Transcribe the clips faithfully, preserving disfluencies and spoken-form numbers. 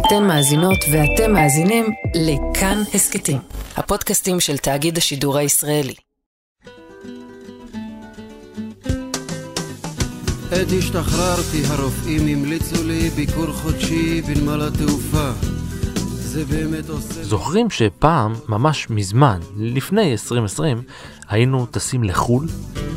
אתן מאזינות ואתם מאזינים לכאן הסקטים, הפודקאסטים של תאגיד השידור הישראלי. עת השתחררתי, הרופאים המליצו לי ביקור חודשי בנמל התעופה. זה באמת עושה... זוכרים שפעם, ממש מזמן, לפני עשרים עשרים, היינו טסים לחול?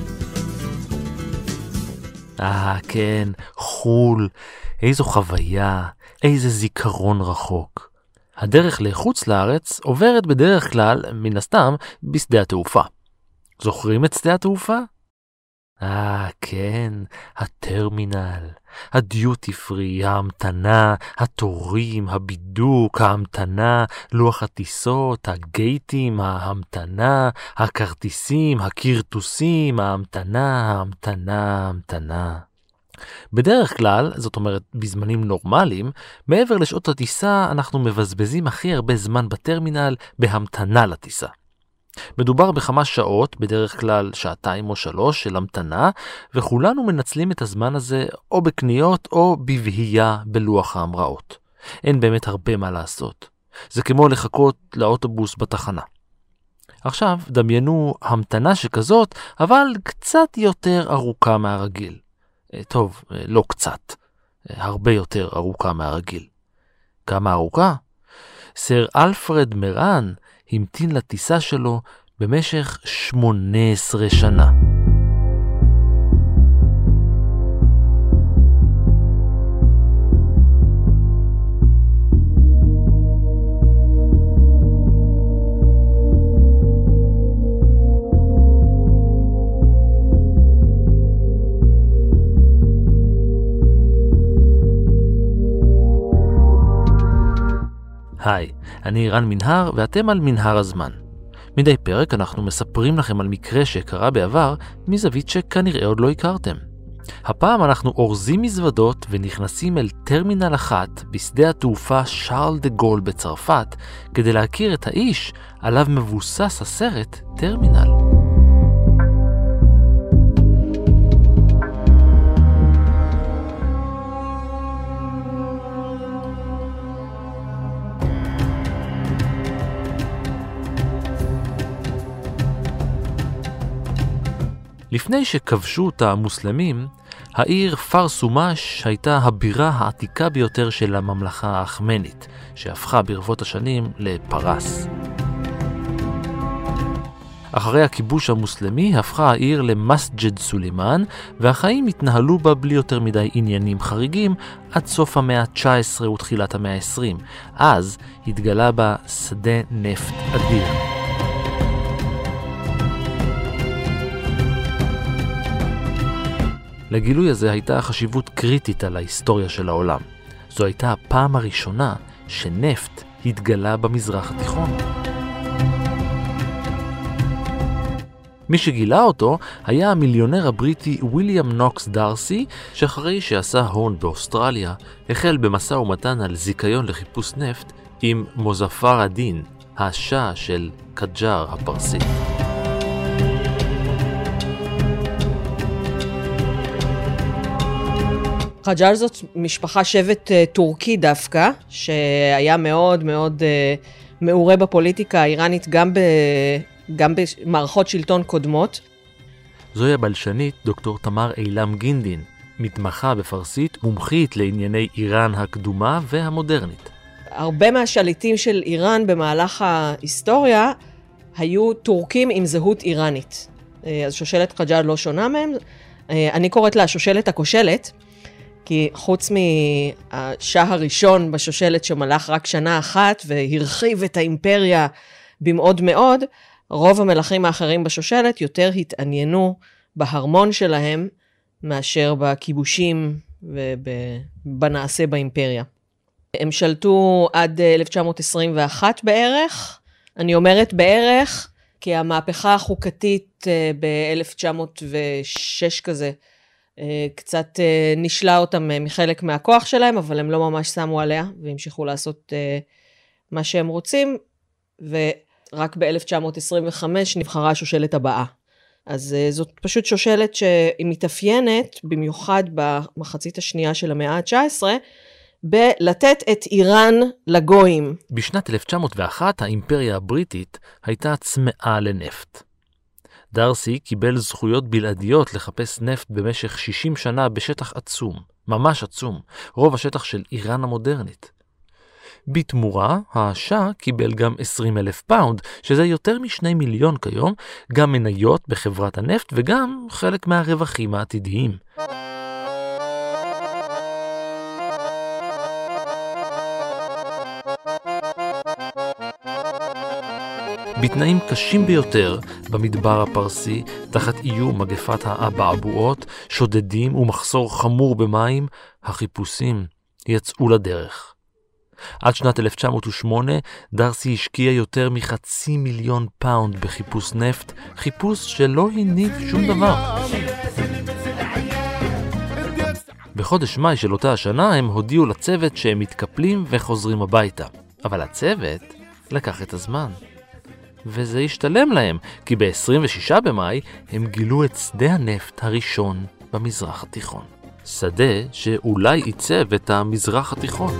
אה, כן, חול. איזו חוויה, איזה זיכרון רחוק. הדרך לחוץ לארץ עוברת בדרך כלל, מן הסתם, בשדה התעופה. זוכרים את שדה התעופה? אה, כן, הטרמינל, הדיוטי פרי, ההמתנה, התורים, הבידוק, ההמתנה, לוח הטיסות, הגייטים, ההמתנה, הכרטיסים, הכרטוסים, ההמתנה, ההמתנה, ההמתנה. בדרך כלל, זאת אומרת בזמנים נורמליים, מעבר לשעות הטיסה אנחנו מבזבזים הכי הרבה זמן בטרמינל בהמתנה לטיסה. מדובר בכמה שעות, בדרך כלל שעתיים או שלוש של המתנה, וכולנו מנצלים את הזמן הזה או בקניות או בבהייה בלוח ההמראות. אין באמת הרבה מה לעשות. זה כמו לחכות לאוטובוס בתחנה. עכשיו, דמיינו המתנה שכזאת, אבל קצת יותר ארוכה מהרגיל. טוב, לא קצת. הרבה יותר ארוכה מהרגיל. כמה ארוכה? סר אלפרד מרן המתין לטיסה שלו במשך שמונה עשרה שנה. היי, אני אירן מנהר ואתם על מנהר הזמן. מדי פרק אנחנו מספרים לכם על מקרה שקרה בעבר מזווית שכנראה עוד לא הכרתם. הפעם אנחנו אורזים מזוודות ונכנסים אל טרמינל אחת בשדה התעופה שרל דה גול בצרפת כדי להכיר את האיש עליו מבוסס הסרט טרמינל. לפני שכבשו אותה המוסלמים, העיר פאר סומש הייתה הבירה העתיקה ביותר של הממלכה האחמנית, שהפכה ברבות השנים לפרס. אחרי הכיבוש המוסלמי הפכה העיר למסג'ד סולימן, והחיים התנהלו בה בלי יותר מדי עניינים חריגים עד סוף המאה ה-תשע עשרה ותחילת המאה ה-עשרים. אז התגלה בה שדה נפט אדיר. לגילוי הזה הייתה חשיבות קריטית על ההיסטוריה של העולם. זו הייתה הפעם הראשונה שנפט התגלה במזרח התיכון. מי שגילה אותו היה המיליונר הבריטי וויליאם נוקס דארסי, שאחרי שעשה הון באוסטרליה, החל במשא ומתן על זיכיון לחיפוש נפט עם מוזפר א-דין, השאה של קג'אר הפרסי. קג'אר זאת משפחה שבט טורקי דווקא, שהיה מאוד מאוד מעורה בפוליטיקה האיראנית גם, ב, גם במערכות שלטון קודמות. זוהי הבלשנית דוקטור תמר אילם גינדין, מתמחה בפרסית, מומחית לענייני איראן הקדומה והמודרנית. הרבה מהשליטים של איראן במהלך ההיסטוריה היו טורקים עם זהות איראנית. אז שושלת קג'אר לא שונה מהם. אני קוראת לה שושלת הכושלת, כי חוץ מהשאה הראשון בשושלת שמלך רק שנה אחת והרחיב את האימפריה במאוד מאוד, רוב המלכים האחרים בשושלת יותר התעניינו בהרמון שלהם מאשר בכיבושים ובנעשה באימפריה. הם שלטו עד אלף תשע מאות עשרים ואחת בערך. אני אומרת בערך כי המהפכה החוקתית ב-אלף תשע מאות ושש כזה קצת נשלה אותם מחלק מהכוח שלהם, אבל הם לא ממש שמו עליה, והמשיכו לעשות מה שהם רוצים, ורק ב-אלף תשע מאות עשרים וחמש נבחרה השושלת הבאה. אז זאת פשוט שושלת שהיא מתאפיינת, במיוחד במחצית השנייה של המאה ה-תשע עשרה, בלתת את איראן לגויים. בשנת אלף תשע מאות ואחת האימפריה הבריטית הייתה צמאה לנפט. דארסי קיבל זכויות בלעדיות לחפש נפט במשך שישים שנה בשטח עצום, ממש עצום, רוב השטח של איראן המודרנית. בתמורה, השאה קיבל גם עשרים אלף פאונד, שזה יותר משני מיליון כיום, גם מניות בחברת הנפט וגם חלק מהרווחים העתידיים. בתנאים קשים ביותר במדבר הפרסי, תחת איום מגפת האבעבועות, שודדים ומחסור חמור במים, החיפושים יצאו לדרך. עד שנת אלף תשע מאות ושמונה דארסי השקיע יותר מחצי מיליון פאונד בחיפוש נפט, חיפוש שלא הניב שום דבר. בחודש מאי של אותה השנה הם הודיעו לצוות שהם מתקפלים וחוזרים הביתה. אבל הצוות לקח את הזמן. וזה השתלם להם, כי ב-עשרים ושישה במאי הם גילו את שדה הנפט הראשון במזרח התיכון. שדה שאולי ייצב את המזרח התיכון.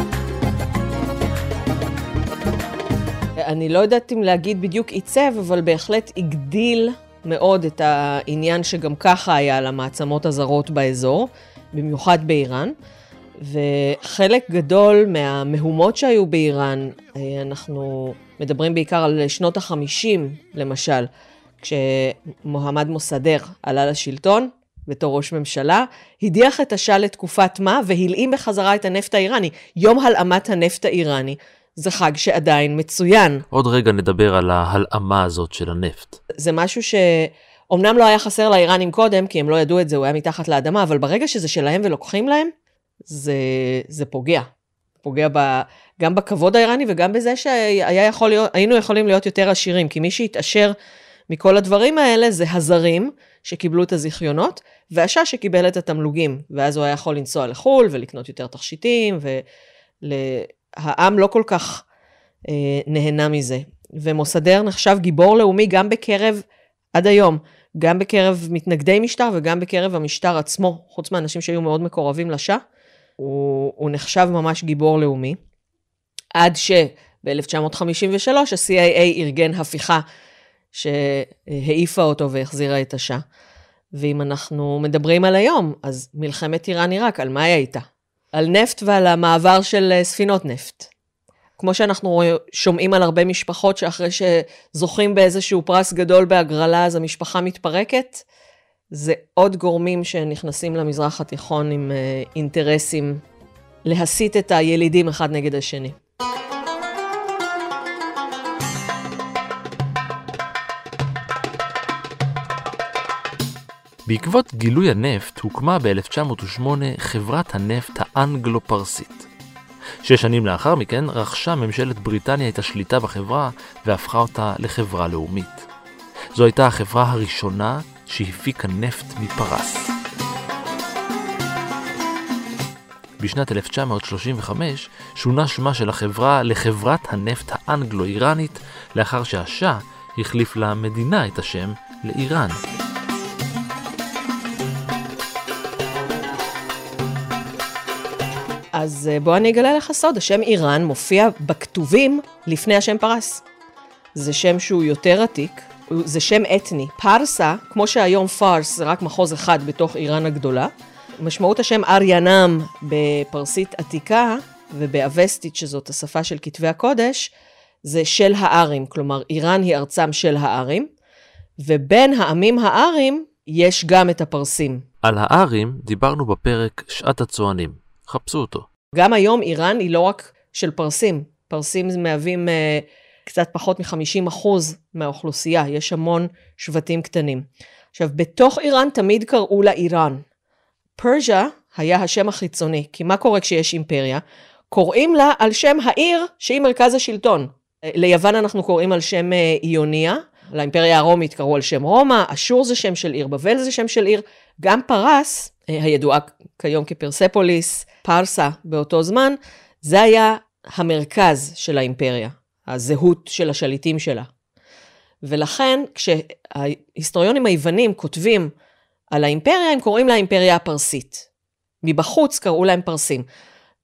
אני לא יודעת אם להגיד בדיוק ייצב, אבל בהחלט הגדיל מאוד את העניין שגם ככה היה למעצמות הזרות באזור, במיוחד באיראן. וחלק גדול מהמהומות שהיו באיראן, אנחנו מדברים בעיקר על שנות החמישים, למשל, כשמוחמד מוסדר עלה לשלטון בתור ראש ממשלה, הדיח את השאה לתקופת מה והלאים בחזרה את הנפט האיראני. יום הלאמת הנפט האיראני. זה חג שעדיין מצוין. עוד רגע נדבר על ההלאמה הזאת של הנפט. זה משהו שאומנם לא היה חסר לאיראנים קודם, כי הם לא ידעו את זה, הוא היה מתחת לאדמה, אבל ברגע שזה שלהם ולוקחים להם, זה, זה פוגע. פוגע ב, גם בכבוד האיראני וגם בזה שהיה יכול להיות, היינו יכולים להיות יותר עשירים, כי מי שהתעשר מכל הדברים האלה זה הזרים שקיבלו את הזיכיונות, והשאה שקיבל את התמלוגים, ואז הוא היה יכול לנסוע לחול ולקנות יותר תכשיטים, והעם לא כל כך אה, נהנה מזה. ומוסדר נחשב גיבור לאומי גם בקרב, עד היום, גם בקרב מתנגדי משטר וגם בקרב המשטר עצמו, חוץ מהאנשים שהיו מאוד מקורבים לשאה, הוא, הוא נחשב ממש גיבור לאומי, עד שב-אלף תשע מאות חמישים ושלוש ה-סי איי איי ארגן הפיכה שהעיפה אותו והחזירה את השאה. ואם אנחנו מדברים על היום, אז מלחמת איראן עיראק, על מה היא הייתה? על נפט ועל המעבר של ספינות נפט. כמו שאנחנו שומעים על הרבה משפחות שאחרי שזוכים באיזשהו פרס גדול בהגרלה, אז המשפחה מתפרקת, זה עוד גורמים שנכנסים למזרח התיכון עם אינטרסים להסיט את הילידים אחד נגד השני. בעקבות גילוי הנפט הוקמה ב-אלף תשע מאות ושמונה חברת הנפט האנגלו-פרסית. שש שנים לאחר מכן רכשה ממשלת בריטניה את השליטה בחברה והפכה אותה לחברה לאומית. זו הייתה החברה הראשונה שהפיקה נפט מפרס. בשנת אלף תשע מאות שלושים וחמש שונה שמה של החברה לחברת הנפט האנגלו-איראנית, לאחר שהשאה החליף למדינה את השם לאיראן. אז בוא אני אגלה לך סוד, השם איראן מופיע בכתובים לפני השם פרס. זה שם שהוא יותר עתיק, זה שם אתני. פרסה, כמו שהיום פארס, זה רק מחוז אחד בתוך איראן הגדולה. משמעות השם אריאנם בפרסית עתיקה ובאבסטית, שזאת השפה של כתבי הקודש, זה של הארים, כלומר איראן היא ארצם של הארים, ובין העמים הארים יש גם את הפרסים. על הארים דיברנו בפרק שעת הצוענים. חפשו אותו. גם היום איראן היא לא רק של פרסים. פרסים מהווים uh, קצת פחות מ-חמישים אחוז מהאוכלוסייה. יש המון שבטים קטנים. עכשיו, בתוך איראן תמיד קראו לה איראן. פרז'ה היה השם החיצוני. כי מה קורה כשיש אימפריה? קוראים לה על שם העיר שהיא מרכז השלטון. ליוון אנחנו קוראים על שם איוניה. לאימפריה הרומית קראו על שם רומא. אשור זה שם של עיר. בבל זה שם של עיר. גם פרס, הידועה כיום כפרספוליס, פרסה באותו זמן, זה היה המרכז של האימפריה, הזהות של השליטים שלה. ולכן, כשההיסטוריונים היוונים כותבים על האימפריה, הם קוראים לה האימפריה הפרסית. מבחוץ קראו להם פרסים.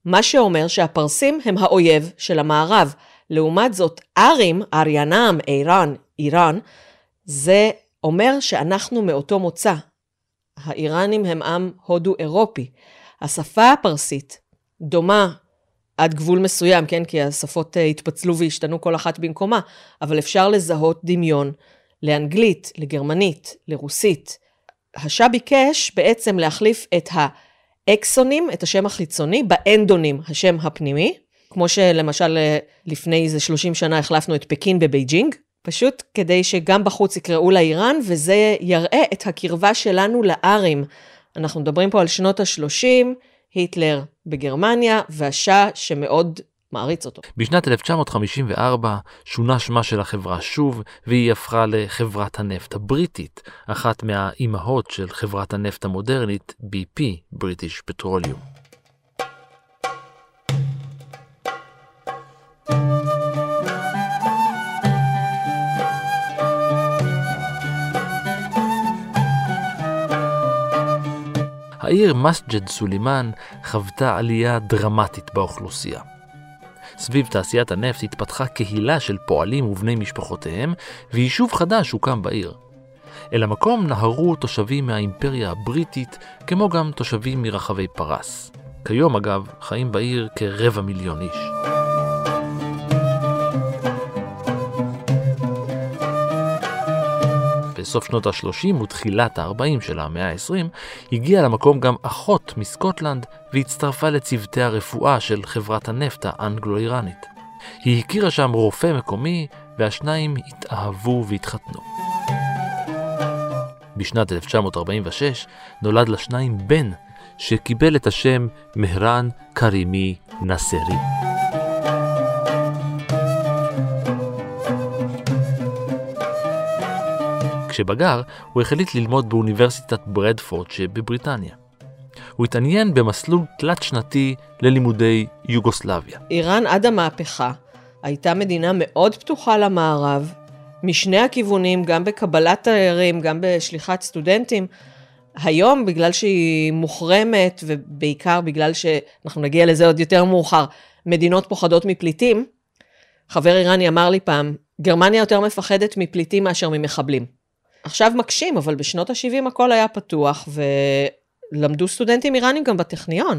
מה שאומר שהפרסים הם האויב של המערב. לעומת זאת, ארים, אריאנם, איראן, איראן, זה אומר שאנחנו מאותו מוצא. האיראנים הם עם הודו אירופי. השפה הפרסית דומה עד גבול מסוים, כן? כי השפות התפצלו והשתנו כל אחת במקומה, אבל אפשר לזהות דמיון לאנגלית, לגרמנית, לרוסית. השאה ביקש בעצם להחליף את האקסונים, את השם החיצוני, באנדונים, השם הפנימי, כמו שלמשל לפני איזה שלושים שנה החלפנו את פקין בבייג'ינג, פשוט כדי שגם בחוץ יקראו לאיראן, וזה יראה את הקרבה שלנו לארים. אנחנו מדברים פה על שנות ה-שלושים, היטלר בגרמניה, והשאה שמאוד מעריץ אותו. בשנת אלף תשע מאות חמישים וארבע שונה שמה של החברה שוב, והיא הפכה לחברת הנפט הבריטית, אחת מהאימהות של חברת הנפט המודרנית, בי פי, British Petroleum. העיר מסג'ד סולימן חוותה עלייה דרמטית באוכלוסייה. סביב תעשיית הנפט התפתחה קהילה של פועלים ובני משפחותיהם, ויישוב חדש הוקם בעיר. אל המקום נהרו תושבים מהאימפריה הבריטית, כמו גם תושבים מרחבי פרס. כיום אגב חיים בעיר כרבע מיליון איש. בסוף שנות ה-שלושים ותחילת ה-ארבעים של המאה ה-עשרים, הגיעה למקום גם אחות מסקוטלנד והצטרפה לצוותי הרפואה של חברת הנפט האנגלו-איראנית. היא הכירה שם רופא מקומי והשניים התאהבו והתחתנו. בשנת אלף תשע מאות ארבעים ושש נולד לשניים בן שקיבל את השם מהרן קרימי נסרי. כשבגר, הוא החליט ללמוד באוניברסיטת ברדפורד שבבריטניה. הוא התעניין במסלול תלת שנתי ללימודי יוגוסלביה. איראן עד המהפכה הייתה מדינה מאוד פתוחה למערב, משני הכיוונים, גם בקבלת תיירים, גם בשליחת סטודנטים. היום, בגלל שהיא מוחרמת, ובעיקר בגלל שאנחנו נגיע לזה עוד יותר מאוחר, מדינות פוחדות מפליטים, חבר איראני אמר לי פעם, גרמניה יותר מפחדת מפליטים מאשר ממחבלים. עכשיו מקשים, אבל בשנות ה-שבעים הכל היה פתוח, ולמדו סטודנטים איראנים גם בטכניון.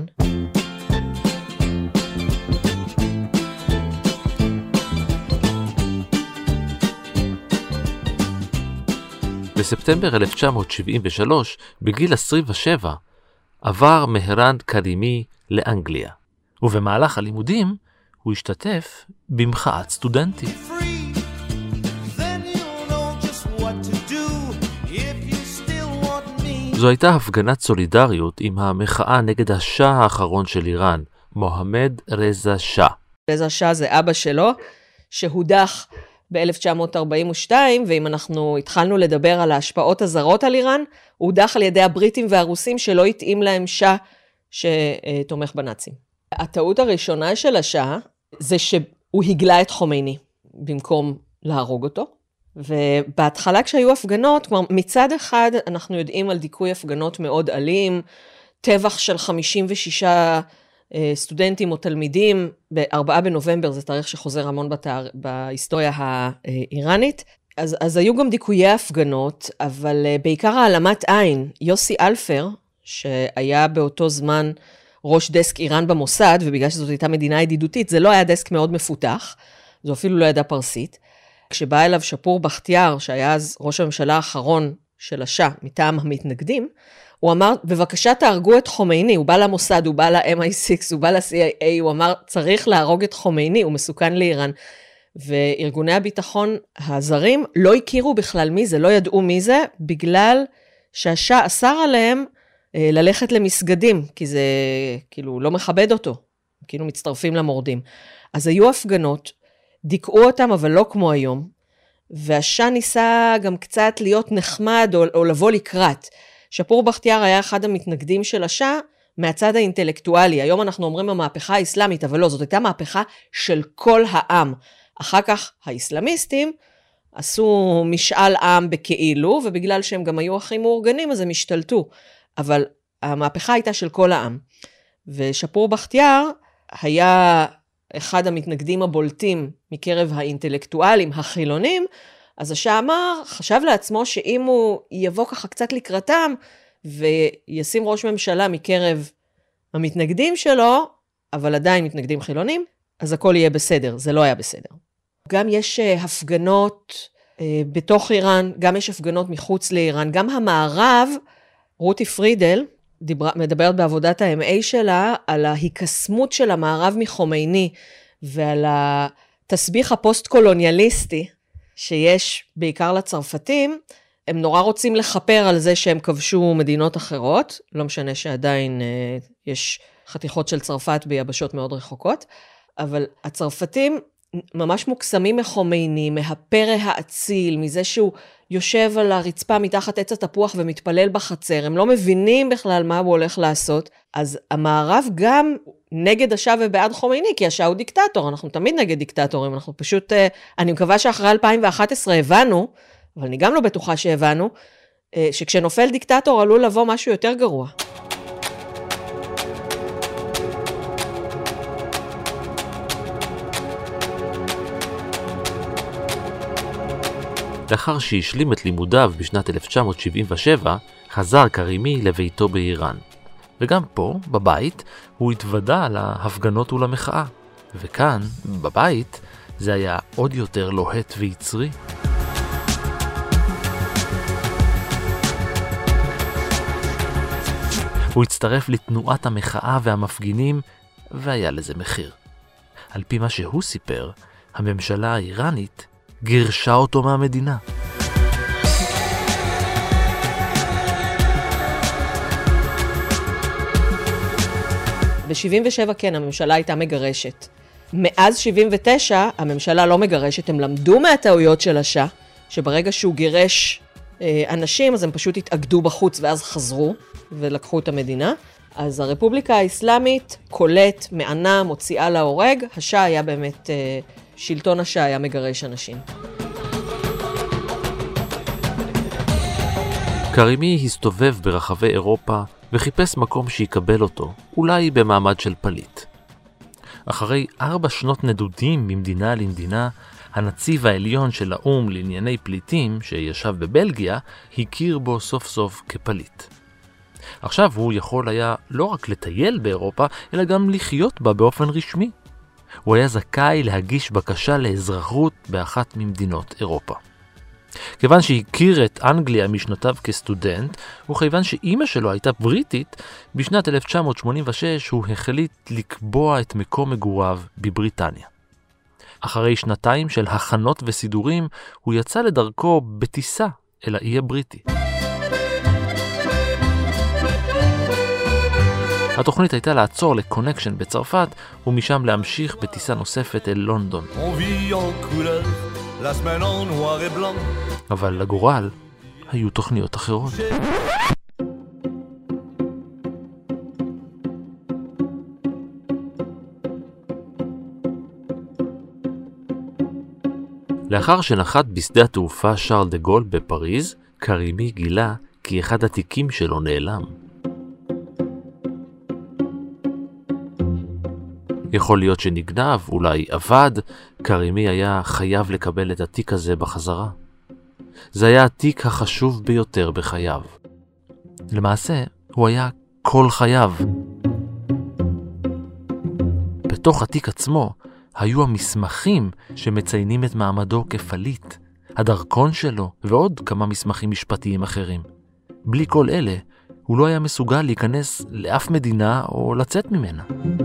בספטמבר אלף תשע מאות שבעים ושלוש, בגיל עשרים ושבע, עבר מהרן קרימי לאנגליה, ובמהלך הלימודים הוא השתתף במחאת סטודנטים. זו הייתה הפגנת סולידריות עם המחאה נגד השאה האחרון של איראן, מוחמד רזה שאה. רזה שאה זה אבא שלו, שהודח ב-אלף תשע מאות ארבעים ושתיים, ואם אנחנו התחלנו לדבר על ההשפעות הזרות על איראן, הוא הודח על ידי הבריטים והרוסים שלא התאים להם שאה שתומך בנאצים. הטעות הראשונה של השאה זה שהוא הגלה את חומייני במקום להרוג אותו, ובהתחלה כשהיו הפגנות, כלומר מצד אחד אנחנו יודעים על דיכוי הפגנות מאוד אלים, טבח של חמישים ושישה סטודנטים או תלמידים, ב-ארבעה בנובמבר, זה תאריך שחוזר המון בתאר... בהיסטוריה האיראנית, אז, אז היו גם דיכויי הפגנות, אבל בעיקר העלמת עין, יוסי אלפר, שהיה באותו זמן ראש דסק איראן במוסד, ובגלל שזאת הייתה מדינה ידידותית, זה לא היה דסק מאוד מפותח, זו אפילו לא ידע פרסית, כשבא אליו שפור בכתיאר, שהיה אז ראש הממשלה האחרון של השאה, מטעם המתנגדים, הוא אמר, בבקשה תהרגו את חומייני, הוא בא למוסד, הוא בא ל-אם איי סיקס, הוא בא ל-סי איי איי, הוא אמר, צריך להרוג את חומייני, הוא מסוכן לאיראן. וארגוני הביטחון הזרים לא הכירו בכלל מי זה, לא ידעו מי זה, בגלל שהשאה אסר עליהם אה, ללכת למסגדים, כי זה כאילו לא מכבד אותו, כאילו מצטרפים למורדים. אז היו הפגנות, דיכאו אותם, אבל לא כמו היום, והשאה ניסה גם קצת להיות נחמד, או, או לבוא לקראת. שפור בכתיאר היה אחד המתנגדים של השאה, מהצד האינטלקטואלי. היום אנחנו אומרים המהפכה האסלאמית, אבל לא, זאת הייתה מהפכה של כל העם. אחר כך האסלאמיסטים עשו משאל עם בכאילו, ובגלל שהם גם היו הכי מאורגנים, אז הם השתלטו. אבל המהפכה הייתה של כל העם. ושפור בכתיאר היה אחד המתנגדים הבולטים מקרב האינטלקטואלים החילונים, אז השאה אמר, חשב לעצמו שאם הוא יבוא ככה קצת לקראתם, וישים ראש ממשלה מקרב המתנגדים שלו, אבל עדיין מתנגדים חילונים, אז הכל יהיה בסדר. זה לא היה בסדר. גם יש הפגנות בתוך איראן, גם יש הפגנות מחוץ לאיראן, גם המערב, רותי פרידל, דיבר, מדברת בעבודת ה-אם איי שלה, על ההיקסמות של המערב מחומייני, ועל התסביך הפוסט-קולוניאליסטי, שיש בעיקר לצרפתים, הם נורא רוצים לחפר על זה שהם כבשו מדינות אחרות, לא משנה שעדיין אה, יש חתיכות של צרפת ביבשות מאוד רחוקות, אבל הצרפתים ממש מוקסמים מחומייני, מהפרא האציל, מזה שהוא יושב על הרצפה מתחת עץ התפוח ומתפלל בחצר, הם לא מבינים בכלל מה הוא הולך לעשות, אז המערב גם נגד השאה ובעד חומייני, כי השאה הוא דיקטטור, אנחנו תמיד נגד דיקטטורים, אנחנו פשוט, אני מקווה שאחרי אלפיים ואחת עשרה הבנו, אבל אני גם לא בטוחה שהבנו, שכשנופל דיקטטור עלול לבוא משהו יותר גרוע. לאחר שהשלים את לימודיו בשנת אלף תשע מאות שבעים ושבע, חזר קרימי לביתו באיראן. וגם פה, בבית, הוא התוודע להפגנות ולמחאה. וכאן, בבית, זה היה עוד יותר לוהט ויצרי. הוא הצטרף לתנועת המחאה והמפגינים, והיה לזה מחיר. על פי מה שהוא סיפר, הממשלה האיראנית גירשה אותו מהמדינה. ב-שבעים ושבע כן, הממשלה הייתה מגרשת. מאז שבעים ותשע, הממשלה לא מגרשת, הם למדו מהטעויות של השאה, שברגע שהוא גירש אה, אנשים, אז הם פשוט התאגדו בחוץ ואז חזרו ולקחו את המדינה. אז הרפובליקה האסלאמית קולט, מענה, מוציאה להורג, השאה היה באמת... אה, שלטון השאה היה מגרש אנשים. קרימי הסתובב ברחבי אירופה וחיפש מקום שיקבל אותו, אולי במעמד של פליט. אחרי ארבע שנות נדודים ממדינה למדינה, הנציב העליון של האום לענייני פליטים, שישב בבלגיה, הכיר בו סוף סוף כפליט. עכשיו הוא יכול היה לא רק לטייל באירופה, אלא גם לחיות בה באופן רשמי. הוא היה זכאי להגיש בקשה לאזרחות באחת ממדינות אירופה. כיוון שהכיר את אנגליה משנותיו כסטודנט, וכיוון שאימא שלו הייתה בריטית, בשנת אלף תשע מאות שמונים ושש הוא החליט לקבוע את מקום מגוריו בבריטניה. אחרי שנתיים של הכנות וסידורים, הוא יצא לדרכו בטיסה אל האי הבריטי. התוכנית הייתה לעצור לקונקשן בצרפת, ומשם להמשיך בטיסה נוספת אל לונדון. אבל לגורל היו תוכניות אחרות. לאחר שנחת בשדה התעופה שרל דה גול בפריז, קרימי גילה כי אחד התיקים שלו נעלם. יכול להיות שנגנב, אולי עבד, קרימי היה חייב לקבל את התיק הזה בחזרה. זה היה התיק החשוב ביותר בחייו. למעשה, הוא היה כל חייו. בתוך התיק עצמו היו המסמכים שמציינים את מעמדו כפליט, הדרכון שלו ועוד כמה מסמכים משפטיים אחרים. בלי כל אלה, הוא לא היה מסוגל להיכנס לאף מדינה או לצאת ממנה.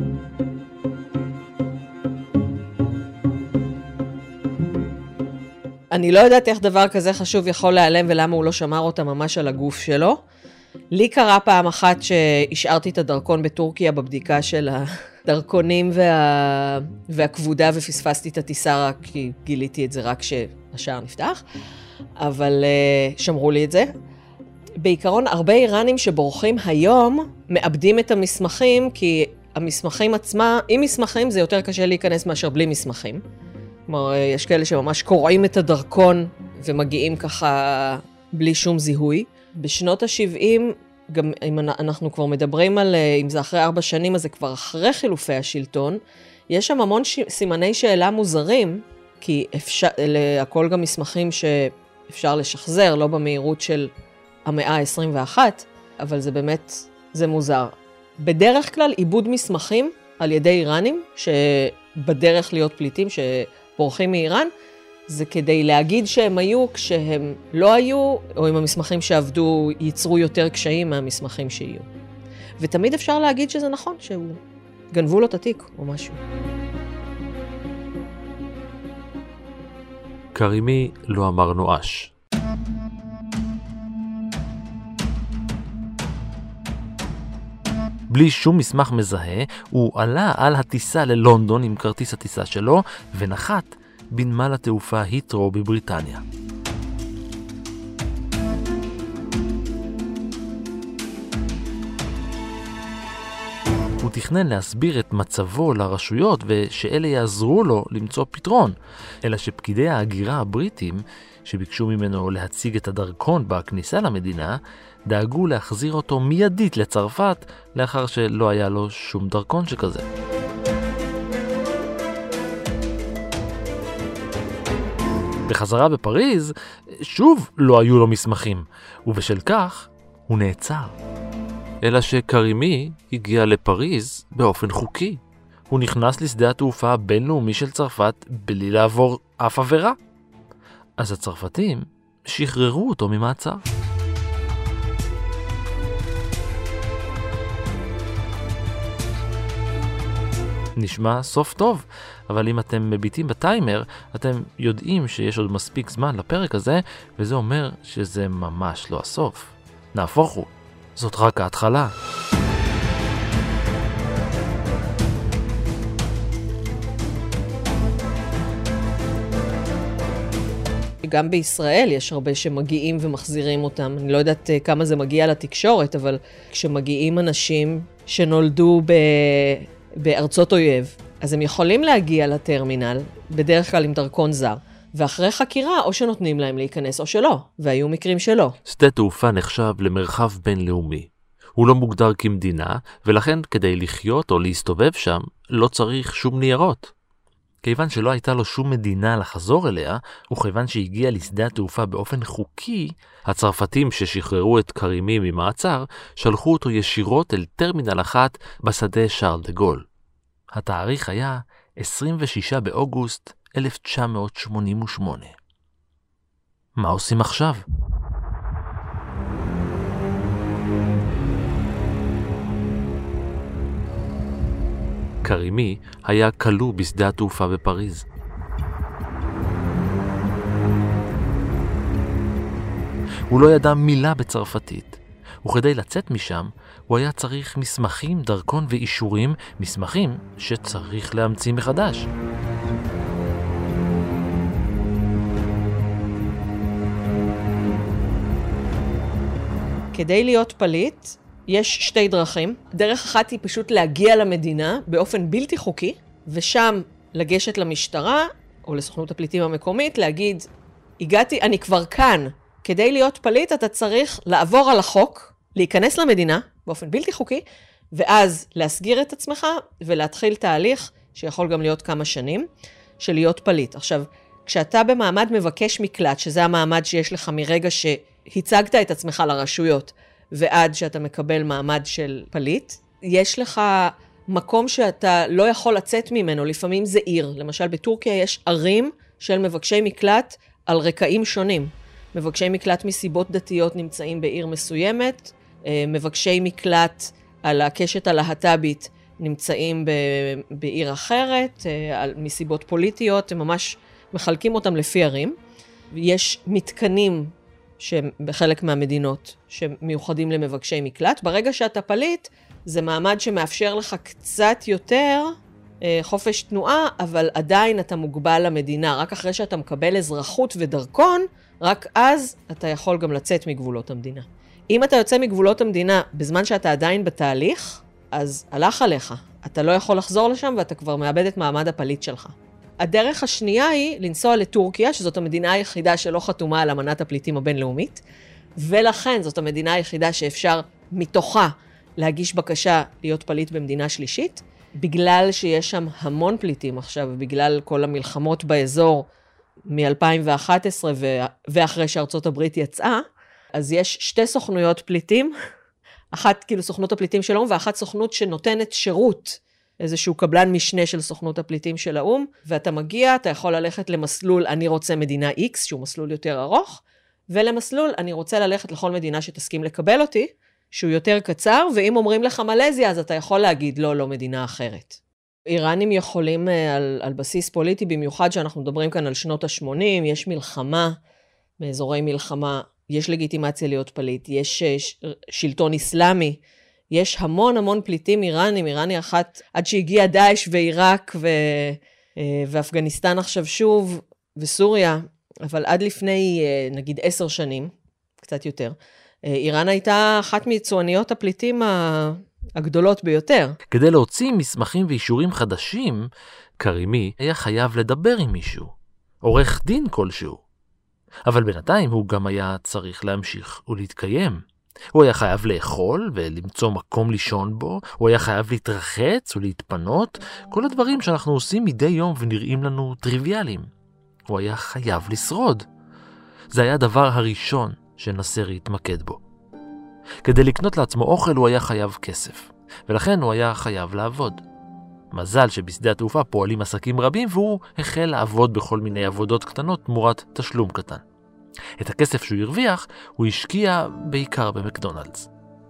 אני לא יודעת איך דבר כזה חשוב יכול להיעלם ולמה הוא לא שמר אותה ממש על הגוף שלו. לי קרה פעם אחת שהשארתי את הדרכון בטורקיה בבדיקה של הדרכונים וה... והכבודה ופספסתי את הטיסה רק כי גיליתי את זה רק כשהשער נפתח, אבל uh, שמרו לי את זה. בעיקרון הרבה איראנים שבורחים היום מאבדים את המסמכים כי המסמכים עצמה, עם מסמכים זה יותר קשה להיכנס מאשר בלי מסמכים. כלומר, יש כאלה שממש קוראים את הדרכון ומגיעים ככה בלי שום זיהוי. בשנות ה-שבעים גם אם אנחנו כבר מדברים על, אם זה אחרי ארבע שנים, אז זה כבר אחרי חילופי השלטון, יש שם המון ש... סימני שאלה מוזרים, כי אפשר, הכל גם מסמכים שאפשר לשחזר, לא במהירות של המאה ה-עשרים ואחת, אבל זה באמת, זה מוזר. בדרך כלל, עיבוד מסמכים על ידי איראנים, שבדרך להיות פליטים, שפורחים מאיראן, זה כדי להגיד שהם היו כשהם לא היו, או אם המסמכים שעבדו ייצרו יותר קשיים מהמסמכים שיהיו. ותמיד אפשר להגיד שזה נכון, שהוא גנבו לו את התיק או משהו. קרימי לא אמר נואש. בלי שום מסמך מזהה, הוא עלה על הטיסה ללונדון עם כרטיס הטיסה שלו, ונחת בנמל התעופה הית'רו בבריטניה. הוא תכנן להסביר את מצבו לרשויות ושאלה יעזרו לו למצוא פתרון, אלא שפקידי ההגירה הבריטים שביקשו ממנו להציג את הדרכון בכניסה למדינה, דאגו להחזיר אותו מיידית לצרפת לאחר שלא היה לו שום דרכון שכזה. בחזרה בפריז, שוב לא היו לו מסמכים, ובשל כך הוא נעצר. אלא שקרימי הגיע לפריז באופן חוקי. הוא נכנס לשדה התעופה הבינלאומי של צרפת בלי לעבור אף עבירה. אז הצרפתים שחררו אותו ממעצר. נשמע סוף טוב, אבל אם אתם מביטים בטיימר, אתם יודעים שיש עוד מספיק זמן לפרק הזה, וזה אומר שזה ממש לא הסוף. נהפוך הוא, זאת רק ההתחלה. גם בישראל יש הרבה שמגיעים ומחזירים אותם. אני לא יודעת כמה זה מגיע לתקשורת, אבל כשמגיעים אנשים שנולדו ב... בארצות אויב, אז הם יכולים להגיע לטרמינל, בדרך כלל עם דרכון זר, ואחרי חקירה או שנותנים להם להיכנס או שלא, והיו מקרים שלא. שדה תעופה נחשב למרחב בינלאומי. הוא לא מוגדר כמדינה, ולכן כדי לחיות או להסתובב שם, לא צריך שום ניירות. כיוון שלא הייתה לו שום מדינה לחזור אליה, וכיוון שהגיע לשדה התעופה באופן חוקי, הצרפתים ששחררו את קרימי ממעצר, שלחו אותו ישירות אל טרמינל אחת בשדה שארל דה גול. התאריך היה עשרים ושישה באוגוסט אלף תשע מאות שמונים ושמונה. מה עושים עכשיו? קרימי היה כלוא בשדה התעופה בפריז. הוא לא ידע מילה בצרפתית, וכדי לצאת משם הוא היה צריך מסמכים, דרכון ואישורים, מסמכים שצריך להמציא מחדש. כדי להיות פליט, יש שתי דרכים. דרך אחת היא פשוט להגיע למדינה באופן בלתי חוקי, ושם לגשת למשטרה, או לסוכנות הפליטים המקומית, להגיד, הגעתי, אני כבר כאן. כדי להיות פליט אתה צריך לעבור על החוק, להיכנס למדינה באופן בלתי חוקי, ואז להסגיר את עצמך ולהתחיל תהליך שיכול גם להיות כמה שנים, של להיות פליט. עכשיו, כשאתה במעמד מבקש מקלט, שזה המעמד שיש לך מרגע שהצגת את עצמך לרשויות, ועד שאתה מקבל מעמד של פליט, יש לך מקום שאתה לא יכול לצאת ממנו, לפעמים זה עיר. למשל בטורקיה יש ערים של מבקשי מקלט על רקעים שונים. מבקשי מקלט מסיבות דתיות נמצאים בעיר מסוימת, מבקשי מקלט על הקשת הלהט"בית נמצאים בעיר אחרת, מסיבות פוליטיות, הם ממש מחלקים אותם לפי ערים. יש מתקנים שבחלק מהמדינות שמיוחדים למבקשי מקלט. ברגע שאתה פליט, זה מעמד שמאפשר לך קצת יותר חופש תנועה, אבל עדיין אתה מוגבל למדינה. רק אחרי שאתה מקבל אזרחות ודרכון, רק אז אתה יכול גם לצאת מגבולות המדינה. אם אתה יוצא מגבולות המדינה בזמן שאתה עדיין בתהליך, אז הלך עליך. אתה לא יכול לחזור לשם ואתה כבר מאבד את מעמד הפליט שלך. הדרך השנייה היא לנסוע לטורקיה, שזאת המדינה היחידה שלא חתומה על אמנת הפליטים הבינלאומית, ולכן זאת המדינה היחידה שאפשר מתוכה להגיש בקשה להיות פליט במדינה שלישית, בגלל שיש שם המון פליטים עכשיו, בגלל כל המלחמות באזור מ-אלפיים ואחת עשרה ואחרי שארצות הברית יצאה, אז יש שתי סוכנויות פליטים, אחת כאילו סוכנות הפליטים של האום, ואחת סוכנות שנותנת שירות, איזשהו קבלן משנה של סוכנות הפליטים של האום, ואתה מגיע, אתה יכול ללכת למסלול אני רוצה מדינה X, שהוא מסלול יותר ארוך, ולמסלול אני רוצה ללכת לכל מדינה שתסכים לקבל אותי, שהוא יותר קצר, ואם אומרים לך מלזיה, אז אתה יכול להגיד לא, לא מדינה אחרת. איראנים יכולים על, על בסיס פוליטי, במיוחד שאנחנו מדברים כאן על שנות ה-שמונים, יש מלחמה, באזורי מלחמה, יש לגיטימציה להיות פליט, יש שלטון איסלאמי, יש המון המון פליטים איראנים, איראני אחת, עד שהגיע דאעש ועיראק ו, ואפגניסטן עכשיו שוב, וסוריה, אבל עד לפני נגיד עשר שנים, קצת יותר, איראן הייתה אחת מיצואניות הפליטים הגדולות ביותר. כדי להוציא מסמכים ואישורים חדשים, קרימי היה חייב לדבר עם מישהו, עורך דין כלשהו. אבל בינתיים הוא גם היה צריך להמשיך ולהתקיים. הוא היה חייב לאכול ולמצוא מקום לישון בו, הוא היה חייב להתרחץ ולהתפנות, כל הדברים שאנחנו עושים מדי יום ונראים לנו טריוויאליים. הוא היה חייב לשרוד. זה היה הדבר הראשון שנאסר התמקד בו. כדי לקנות לעצמו אוכל הוא היה חייב כסף, ולכן הוא היה חייב לעבוד. מזל שבשדה התעופה פועלים עסקים רבים, והוא החל לעבוד בכל מיני עבודות קטנות תמורת תשלום קטן. את הכסף שהוא הרוויח הוא השקיע בעיקר במקדונלדס.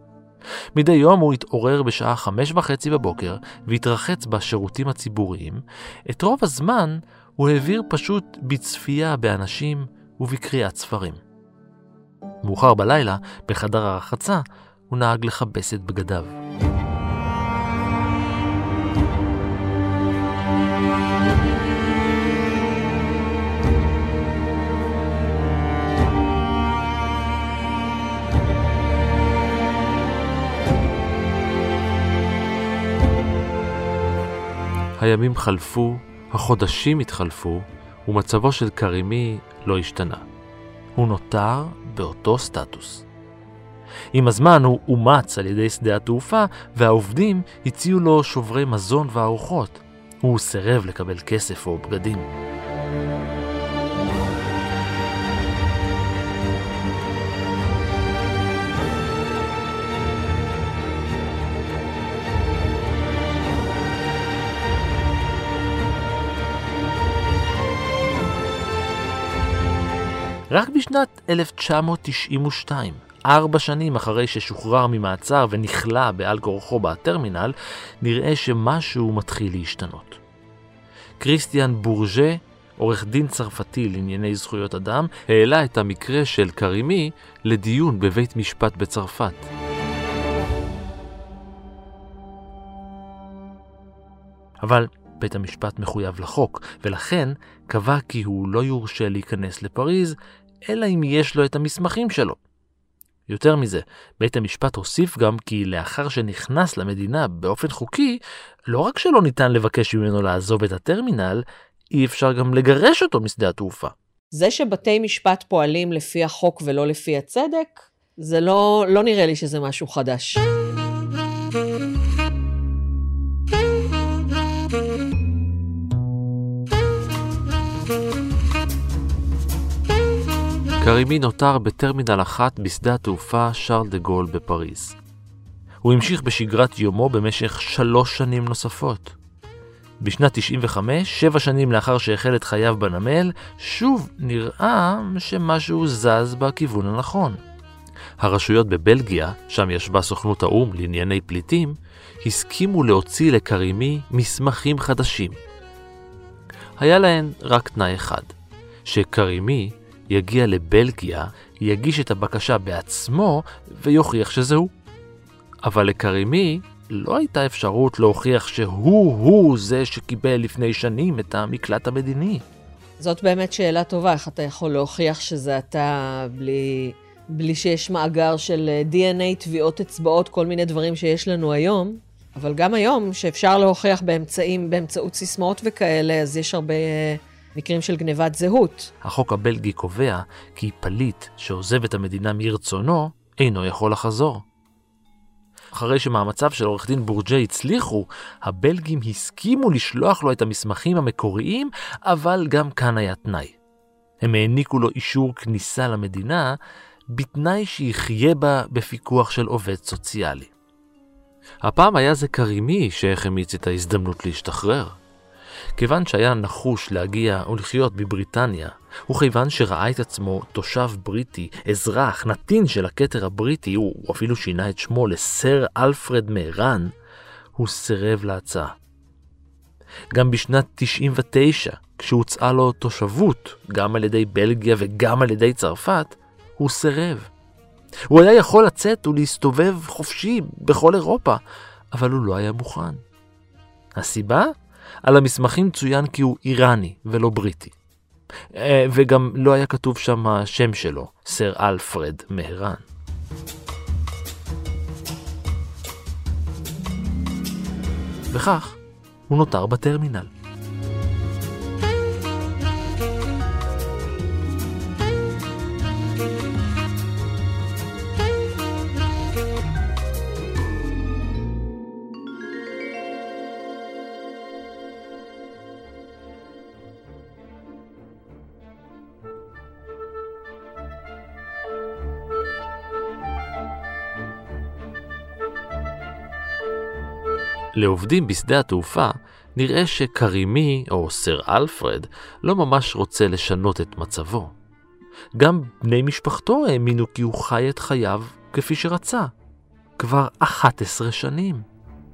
מדי יום הוא התעורר בשעה חמש וחצי בבוקר והתרחץ בשירותים הציבוריים. את רוב הזמן הוא העביר פשוט בצפייה באנשים ובקריאת ספרים. מאוחר בלילה, בחדר הרחצה, הוא נהג לחבס את בגדיו. הימים חלפו, החודשים התחלפו, ומצבו של קרימי לא השתנה. הוא נותר באותו סטטוס. עם הזמן הוא אומץ על ידי שדה התעופה, והעובדים הציעו לו שוברי מזון וארוחות. הוא סירב לקבל כסף או בגדים. רק בשנת אלף תשע מאות תשעים ושתיים, ארבע שנים אחרי ששוחרר ממעצר ונכלה בעל כורחו בטרמינל, נראה שמשהו מתחיל להשתנות. קריסטיאן בורג'ה, עורך דין צרפתי לענייני זכויות אדם, העלה את המקרה של קרימי לדיון בבית משפט בצרפת. אבל בית המשפט מחויב לחוק, ולכן קבע כי הוא לא יורשה להיכנס לפריז, אלא אם יש לו את המסמכים שלו. יותר מזה, בית המשפט הוסיף גם כי לאחר שנכנס למדינה באופן חוקי, לא רק שלא ניתן לבקש ממנו לעזוב את הטרמינל, אי אפשר גם לגרש אותו משדה התעופה. זה שבתי משפט פועלים לפי החוק ולא לפי הצדק, זה לא, לא נראה לי שזה משהו חדש. קרימי נותר בטרמינל אחת בשדה התעופה שרל דה גול בפריז. הוא המשיך בשגרת יומו במשך שלוש שנים נוספות. בשנת תשעים וחמש, שבע שנים לאחר שהחל את חייו בנמל, שוב נראה שמשהו זז בכיוון הנכון. הרשויות בבלגיה, שם ישבה סוכנות האום לענייני פליטים, הסכימו להוציא לקרימי מסמכים חדשים. היה להן רק תנאי אחד, שקרימי יגיע לבלגיה, יגיש את הבקשה בעצמו ויוכיח שזהו. אבל לקרימי לא הייתה אפשרות להוכיח שהוא-הוא זה שקיבל לפני שנים את המקלט המדיני. זאת באמת שאלה טובה, איך אתה יכול להוכיח שזה אתה בלי, בלי שיש מאגר של די אן איי, טביעות אצבעות, כל מיני דברים שיש לנו היום. אבל גם היום שאפשר להוכיח באמצעים, באמצעות סיסמאות וכאלה, אז יש הרבה מקרים של גניבת זהות. החוק הבלגי קובע כי פליט שעוזב את המדינה מרצונו אינו יכול לחזור. אחרי שמאמציו של עורך דין בורג'ה הצליחו, הבלגים הסכימו לשלוח לו את המסמכים המקוריים, אבל גם כאן היה תנאי. הם העניקו לו אישור כניסה למדינה, בתנאי שיחיה בה בפיקוח של עובד סוציאלי. הפעם היה זה קרימי שהחמיץ את ההזדמנות להשתחרר. כיוון שהיה נחוש להגיע ולחיות בבריטניה, וכיוון שראה את עצמו תושב בריטי, אזרח, נתין של הכתר הבריטי, הוא אפילו שינה את שמו לסר אלפרד מהרן, הוא סירב להצעה. גם בשנת תשעים ותשע, כשהוצאה לו תושבות, גם על ידי בלגיה וגם על ידי צרפת, הוא סירב. הוא היה יכול לצאת ולהסתובב חופשי בכל אירופה, אבל הוא לא היה מוכן. הסיבה? על המסמכים צוין כי הוא איראני ולא בריטי. וגם לא היה כתוב שם השם שלו, סר אלפרד מהרן. וכך הוא נותר בטרמינל. לעובדים בשדה התעופה נראה שקרימי או סר אלפרד לא ממש רוצה לשנות את מצבו. גם בני משפחתו האמינו כי הוא חי את חייו כפי שרצה, כבר אחת עשרה שנים.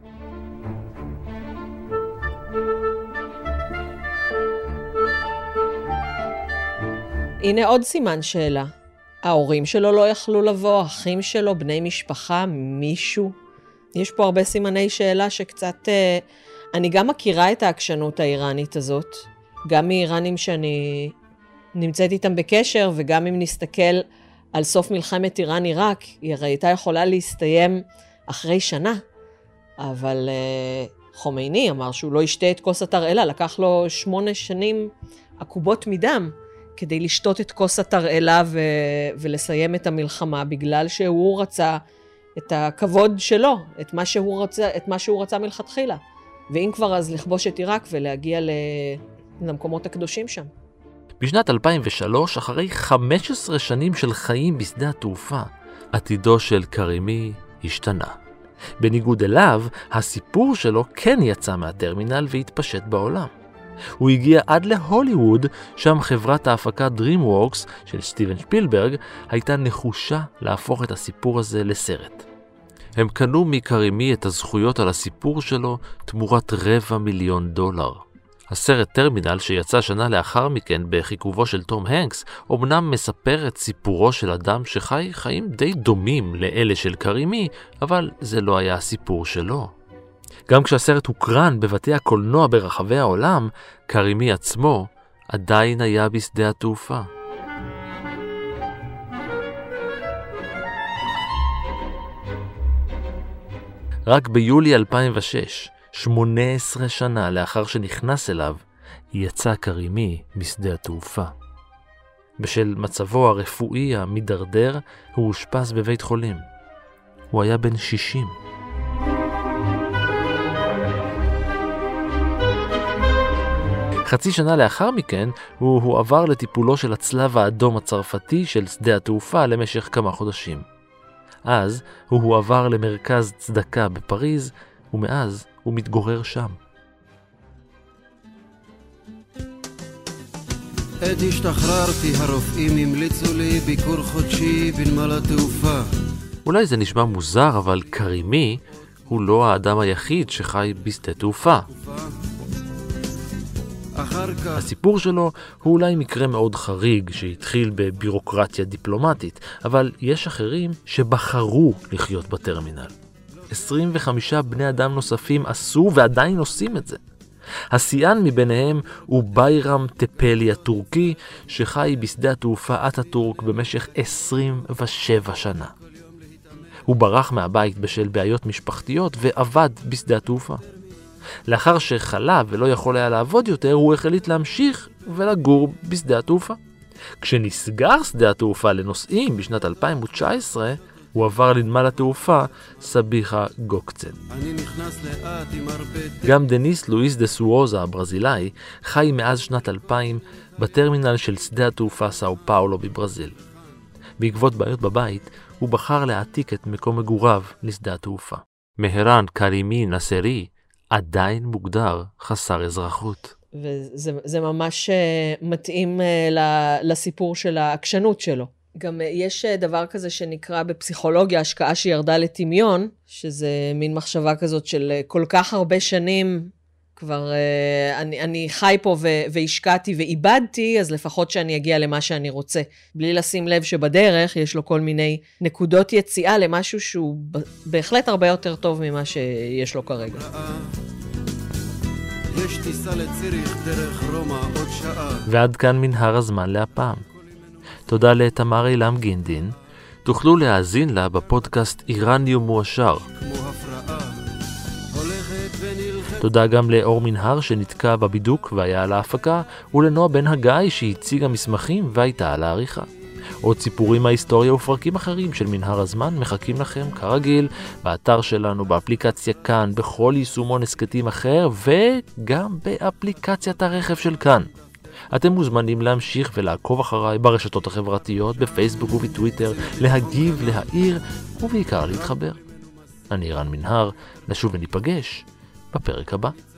הנה עוד סימן שאלה. ההורים שלו לא יכלו לבוא, אחים שלו, בני משפחה, מישהו? יש פה הרבה סימני שאלה שקצת... אה, אני גם מכירה את העקשנות האיראנית הזאת, גם מאיראנים שאני נמצאת איתם בקשר, וגם אם נסתכל על סוף מלחמת איראן-עיראק, היא הרי הייתה יכולה להסתיים אחרי שנה, אבל אה, חומייני אמר שהוא לא ישתה את כוס התרעלה, לקח לו שמונה שנים עקובות מדם, כדי לשתות את כוס התרעלה ו... ולסיים את המלחמה, בגלל שהוא רצה את הכבוד שלו, את מה שהוא רצה, את מה שהוא רצה מלכתחילה. ואם כבר אז לכבוש את עיראק ולהגיע ל... למקומות הקדושים שם. בשנת אלפיים ושלוש, אחרי חמש עשרה שנים של חיים בשדה התעופה, עתידו של קרימי השתנה. בניגוד אליו, הסיפור שלו כן יצא מהטרמינל והתפשט בעולם. הוא הגיע עד להוליווד, שם חברת ההפקה DreamWorks של סטיבן שפילברג הייתה נחושה להפוך את הסיפור הזה לסרט. הם קנו מקרימי את הזכויות על הסיפור שלו תמורת רבע מיליון דולר. הסרט טרמינל שיצא שנה לאחר מכן בחיכובו של תום הנקס, אומנם מספר את סיפורו של אדם שחי חיים די דומים לאלה של קרימי, אבל זה לא היה הסיפור שלו. גם כשהסרט הוקרן בבתי הקולנוע ברחבי העולם, קרימי עצמו עדיין היה בשדה התעופה. רק ביולי אלפיים ושש, שמונה עשרה שנה לאחר שנכנס אליו, יצא קרימי משדה התעופה. בשל מצבו הרפואי המדרדר, הוא אושפז בבית חולים. הוא היה בן שישים. חצי שנה לאחר מכן הוא הועבר לטיפולו של הצלב האדום הצרפתי של שדה התעופה למשך כמה חודשים. אז הוא הועבר למרכז צדקה בפריז, ומאז הוא מתגורר שם. עת השתחררתי הרופאים המליצו לי ביקור חודשי בנמל התעופה. אולי זה נשמע מוזר, אבל קרימי הוא לא האדם היחיד שחי בשדה תעופה. הסיפור שלו הוא אולי מקרה מאוד חריג שהתחיל בבירוקרטיה דיפלומטית, אבל יש אחרים שבחרו לחיות בטרמינל. עשרים וחמישה בני אדם נוספים עשו ועדיין עושים את זה. השיאן מביניהם הוא ביירם טפלי הטורקי, שחי בשדה התעופה אטאטורק במשך עשרים ושבע שנה. הוא ברח מהבית בשל בעיות משפחתיות ועבד בשדה התעופה. לאחר שחלה ולא יכול היה לעבוד יותר, הוא החליט להמשיך ולגור בשדה התעופה. כשנסגר שדה התעופה לנוסעים בשנת אלפיים תשע עשרה, הוא עבר לנמל התעופה סביחה גוקצן. אני נכנס לאט עם הרבה... גם דניס לואיס דה סואוזה הברזילאי חי מאז שנת אלפיים בטרמינל של שדה התעופה סאו פאולו בברזיל. בעקבות בעיות בבית הוא בחר להעתיק את מקום מגוריו לשדה התעופה. מהרן קרימי נסרי עדיין מוגדר חסר אזרחות. וזה זה ממש מתאים לסיפור של העקשנות שלו. גם יש דבר כזה שנקרא בפסיכולוגיה השקעה שירדה לטמיון, שזה מין מחשבה כזאת של כל כך הרבה שנים, כבר אני, אני חי פה ו- והשקעתי ואיבדתי, אז לפחות שאני אגיע למה שאני רוצה. בלי לשים לב שבדרך יש לו כל מיני נקודות יציאה למשהו שהוא בהחלט הרבה יותר טוב ממה שיש לו כרגע. יש טיסה לציריך דרך רומא עוד שעה. ועד כאן מנהר הזמן להפעם. תודה לתמר אילם גינדין. תוכלו להאזין לה בפודקאסט איראניום מואשר. כמו הפרעה הולכת ונלחת. תודה גם לאור מנהר שנתקע בבידוק והיה על ההפקה, ולנועה בן הגיא שהציגה מסמכים והייתה על העריכה. עוד סיפורים מההיסטוריה ופרקים אחרים של מנהר הזמן מחכים לכם כרגיל באתר שלנו, באפליקציה כאן, בכל יישומון הסקטים אחר וגם באפליקציית הרכב של כאן. אתם מוזמנים להמשיך ולעקוב אחריי ברשתות החברתיות, בפייסבוק ובטוויטר, להגיב, להעיר ובעיקר להתחבר. אני רן מנהר, נשוב וניפגש בפרק הבא.